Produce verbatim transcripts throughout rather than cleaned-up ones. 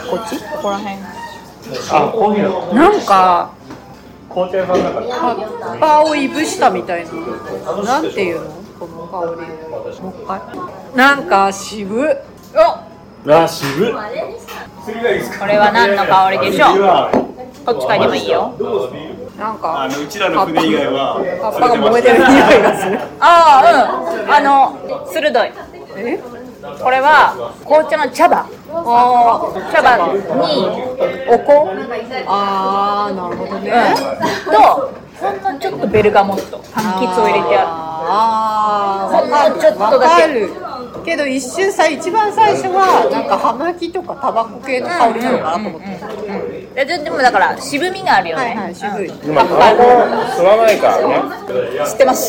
こっちここら辺。 あ、コーヒーのなんか紅茶屋さんだから葉っぱをいぶしたみたいな、なんていうのこの香り。もう一回。なんか渋っ。 おあ、渋っ。 これは何の香りでしょう。こっち嗅いでもいいよ。 なんかあのうちらの船以外は葉っぱが燃えてる匂いがする。 ああ、うん、あの鋭い。 え？ これは紅茶の茶葉。 あ茶葉にお香、 あー、なるほどね。 うん、とほんのちょっとベルガモット、柑橘を入れてある。 あー、 ほんのちょっとだけ。 わかるけど一瞬さ、一番最初はなんか葉巻とかタバコ系の香りなのかなと思って。 で, でもだから渋みがあるよね。 はいはい、渋い。 今タバコ吸わないからね。 知ってます。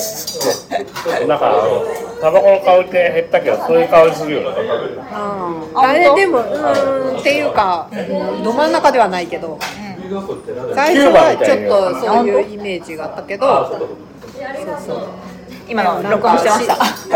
だからタバコの香りって減ったけど、そういう香りするよね。 うん、あれでもうーんっていうか、うん、ど真ん中ではないけど、最初はちょっとそういうイメージがあったけど、そうそう。 今の録音してました。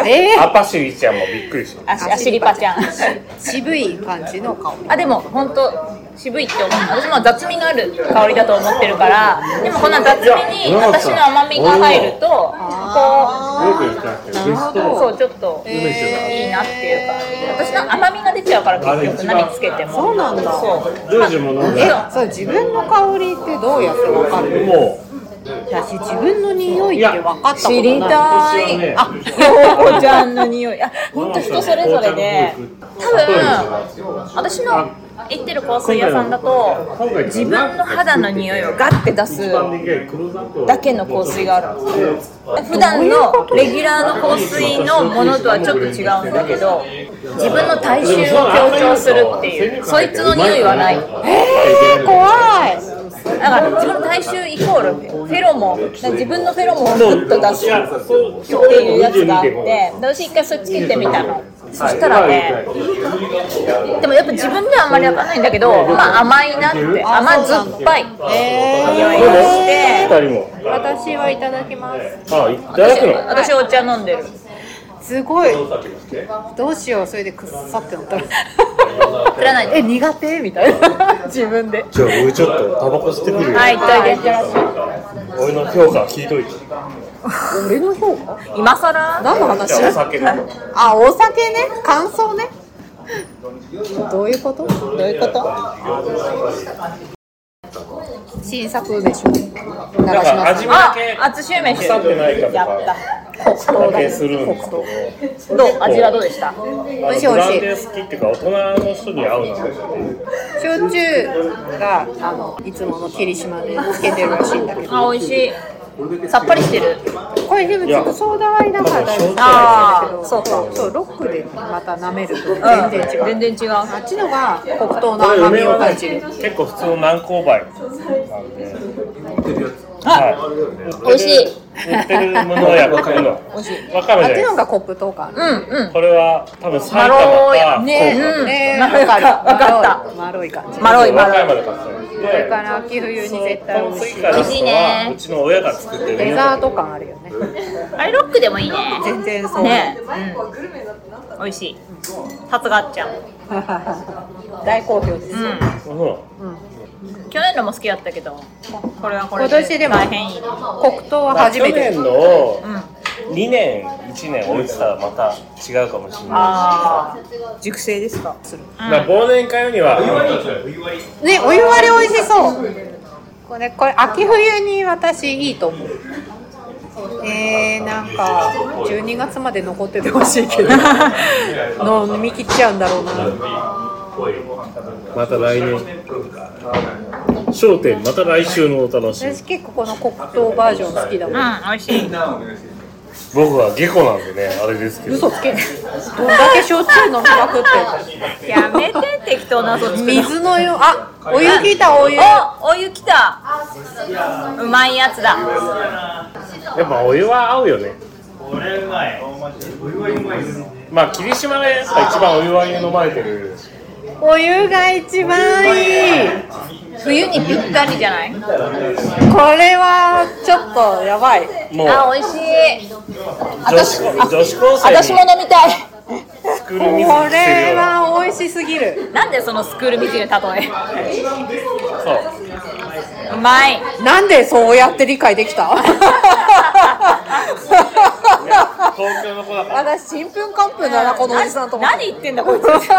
えアパシリちゃんもびっくりして。 あし、あしりぱちゃん。 渋い感じの香り。 あ、でも本当渋いって思う。私も雑味がある香りだと思ってるから、でもこの雑味に私の甘みが入ると、こう、 なるほど。 そうちょっといいなっていうか、私の甘みが出ちゃうから結局何つけても。 そうなんだ。 そう。 ルージュも飲んえだ。、 そう自分の香りってどうやってわかる？ もう私自分の匂いって分かったことない。 知りたい。あ、京子ちゃんの匂い。あ、本当人それぞれで、多分私の行ってる香水屋さんだと自分の肌の匂いをガッて出すだけの香水があるんですよ。普段のレギュラーの香水のものとはちょっと違うんだけど、自分の体臭を強調するっていう、そいつの匂いはない。 えー、怖い。 だから自分の体臭イコールフェロモン、自分のフェロモンをグッと出すっていうやつがあって、私一回それつけてみたの。そしたらね、でもやっぱ自分ではあんまり分かんないんだけど、まあ甘いなって、甘酸っぱい匂いがして、 二人も。 私はいただきます。 あ、いただくの。 私お茶飲んでる。 すごい。どうしよう、それでくっさってなったら。 振らないで。 え、苦手みたいな。自分で。 じゃあ俺ちょっとタバコ吸ってくるよ。 はい、いっといていってらっしゃい。 俺の評価聞いといて。 俺の評価？ 今更？ 何の話？ お酒だ。 あ、お酒ね、感想ね。どういうこと？ どういうこと？ 新作梅酒。 だから味あだけ、 熱塩飯。 腐ってないかとかやった。 黒糖だだけするんですけど。 どう？味はどうでした？ 美味しい美味しい。 ブランデー好きっていうか大人の人に合うな。 焼酎があのいつもの霧島でつけてるらしいんだけど。 あ、美味しい。さっぱりしてる。 これでもちょっとソーダ割りだから大丈夫あー、 だけど、 そうか。 そうロックでまた舐めると全うん、 然違う。 全然違う。 あっちのが黒糖の甘みを感じる。 結構普通の軟膏梅なんで。はい。 美味しい。 売ってるものやこういうの。 美味しい。 わかるあっちじゃないですか。 のがコップとか。 うんうん。 これは多分埼玉まろやかね福岡うんねまろやかわかったまろい感じ。 まろいま和歌ろい。 山で買ったんです。 これから秋冬に絶対美味しい。 美味しいねうちの親が作ってる。 デザート感あるよね。 あれロックでもいいね。 全然そう。 ね、うん。美味しい。さすがあっちゃん。 大好評です。 うん。 うん。 去年のも好きだったけど、これはこれ今年でも大変いい。 黒糖は初めて。 去年のにねん、いちねん置いてたらまた違うかもしれない。 ああ、熟成ですか。する。 まあ忘年会にはね、お湯割り美味しそう。これこれ秋冬に私いいと思う。えー、なんかじゅうにがつまで残っててほしいけど飲み切っちゃうんだろうな。 また来年焦点また来週のお楽しみ。 私結構この黒糖バージョン好きだもん。 うん、美味しい。 僕は下戸なんでねあれですけど。 嘘つけ。どんだけ焼酎飲みまくってやめて適当な嘘つくの。 水のよ、あ、お湯来たお湯。 お、お湯来た。うまいやつだ。 やっぱお湯は合うよね。まあ霧島でやっぱ一番お湯割り飲まれてる。 お湯が一番いい。 冬にぴったりじゃない？ これはちょっとやばい。 もうあ、美味しい。 女子女子高生に私も飲みたい。 スクール水着これは美味しすぎる。 なんでそのスクール水着の例え。 そううまい。 なんでそうやって理解できた？ 東京の子だから私ちんぷんかんぷんだなこのおじさんと思って。 何言ってんだこいつ。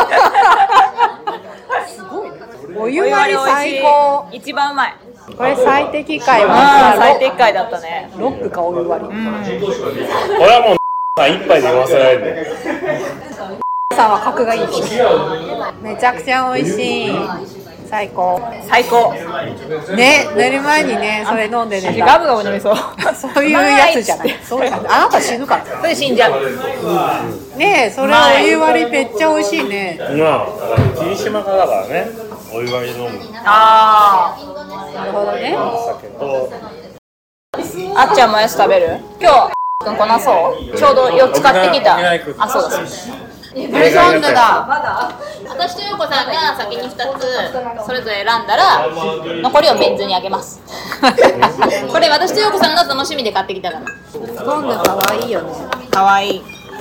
すごいね。お湯割り最高。 一番うまい。 これ最適解あはあ最適解だったね。 ロックかお湯割り。 俺はもう一杯で言わせられるね。 さんは格がいい。めちゃくちゃ美味しい。最高。 最高。 ね、寝る前にね、それ飲んで寝た。 ガブガブ飲みそう。 そういうやつじゃない。そういうあなた死ぬから。 それ死んじゃう。 ねえ、それお湯割りめっちゃ美味しいね。 まあ霧島からだからね、お湯割り飲む。 あなるほどね。 酒とあ。あっちゃんもやつ食べる？今日君こなそう。ちょうどよっつ買ってきた。あ、そうだそうだ。 ブルゾンヌだ。 私とゆうこさんが先にふたつそれぞれ選んだら残りをメンズにあげます。これ私とゆうこさんが楽しみで買ってきたから。 ブルゾンヌ可愛いよね。 可愛い。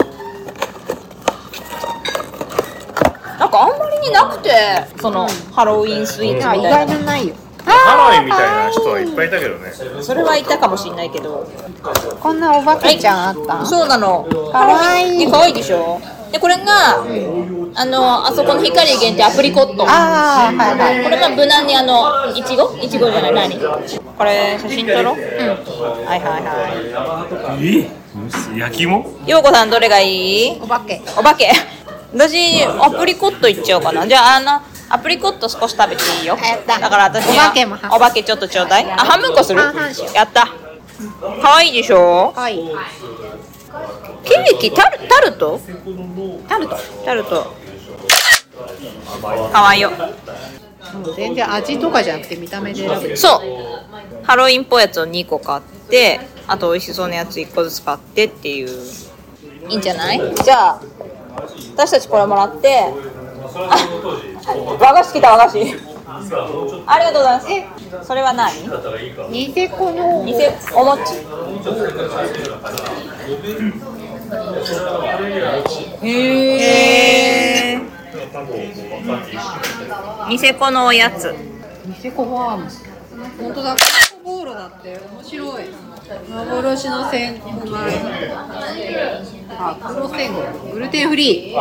なんかあんまりになくて、そのハロウィンスイーツみたいな。 意外とないよ。 ハロウィンみたいな人はいっぱいいたけどね。 それはいたかもしれないけど。 こんなお化けちゃんあった？ そうなの。 可愛い。 可愛いでしょ。でこれが、うん、あのあそこの光限定アプリコット。 ああはいはい。 これは無難にあのいちごいちごじゃない何？これ写真撮ろう。うん。はいはいはい。 え？焼き芋？ ようこさんどれがいい？ お化け。 お化け。私アプリコットいっちゃおうかな。じゃああのアプリコット少し食べていいよ。 やった。 だから私お化けもお化けちょっとちょうだい。あ半分こする？ 半々しよう。 やった。可愛いでしょ？ はい。 ケーキタルタルト？ タルト。 タルト。可愛いよ。 もう全然味とかじゃなくて見た目で選ぶ。 そう。ハロウィンっぽいやつをにこ買って、あと美味しそうなやついっこずつ買ってっていう。いいんじゃない？じゃあ私たちこれもらって。あ、和菓子来た和菓子。ありがとうございます。え、それは何？ ニセコのニセお餅。へー。ニセコのおやつ。 ニセコファーム。本当だ。ボーロだって面白い。幻の千米。あ、黒千米。グルテンフリー。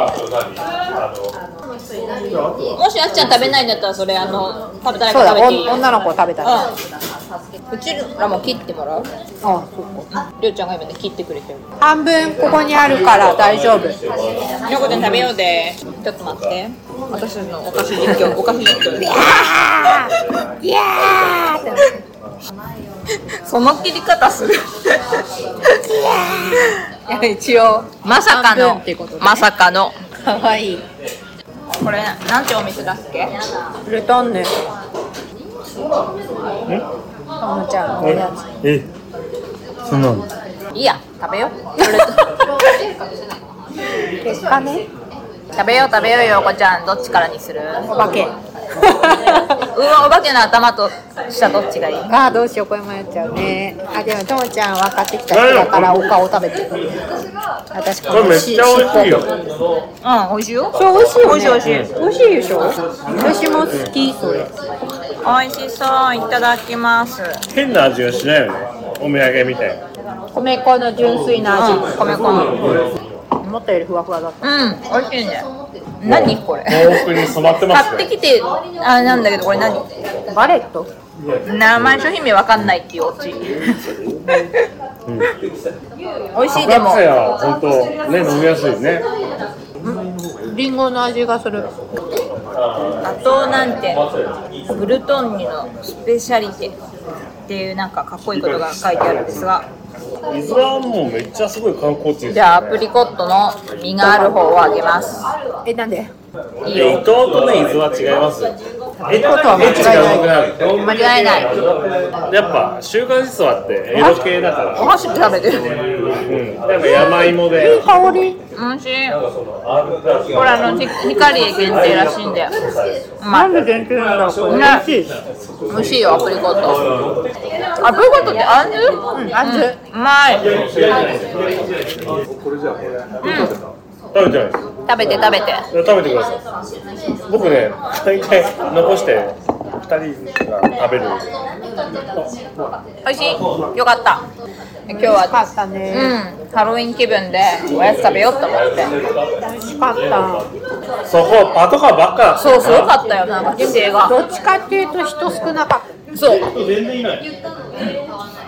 もしあっちゃん食べないんだったらそれあの食べたいそうだ、 から食べていい？ 女の子食べたら。 うん。うちらも切ってもらう？ あ、そうか。 りょうちゃんが今ね切ってくれてる。 半分ここにあるから大丈夫。 りょうこちゃん食べようで。ちょっと待って。私のお菓子実況、お菓子実況。 いやー、いやーって。 その切り方する。 いや一応まさかのってこと、ね、 まさかの。 かわいい。 これなんてお店だっけ？ ルトンヌ。トムちゃんのおやつ。 え、そんなの？ いいや、食べよう。 結果ね。 食べよう食べようよ、お子ちゃん。どっちからにする？ お化け。 うわ、お化けの頭と下どっちがいい？ ああ、どうしよう、これ迷っちゃうね。あ、でもトムちゃん分かってきた人だからお顔食べてる。私これめっちゃ美味しいよ。 うん、美味しいよ。 そう、美味しいよね。 美味しい美味しい。 美味しいでしょ。私も好きそれ。 美味しそう、いただきます。 変な味はしないよね。お土産みたいな。 米粉の純粋な味。 うん、米粉の。 思ったよりふわふわだった。 うん、美味しいね。何これ？ 遠くに染まってますね。 買ってきて、あれなんだけど、これ何？ バレット？ 名前商品名わかんないっていうオチ。うん、美味しいでも。 本当ね、飲みやすいね。 リンゴの味がする。 あとなんてブルトンニのスペシャリテっていうなんかかっこいいことが書いてあるんですが。 伊豆はもうめっちゃすごい観光地です、ね。 じゃあアプリコットの実がある方をあげます。 え、なんで？ いいよ。伊東とね、伊豆は違いますよ。 え、ことは間違いない。 間違いない。 やっぱ週刊実話って江戸系だから。 お箸で食べてる。 うん。でも山芋で。 いい香り。 美味しい。これあの光栄限定らしいんで。 なんで限定なんだろう。これ美味しい。 美味しいよアプリコット。アプリコットってあんず？うん、 あんず。 うまい。うん。 食べてないです。 食べて食べて。 食べてください。僕ね、大体残してふたりが食べる。 美味しい。よかった。今日は美味しかったね。 うん、ハロウィン気分でおやつ食べようと思って。 美味しかった。 そこパトカーばっか。 そう、すごかったよ、なんか規制が。 どっちかっていうと人少なかった。 そう。 全然いない。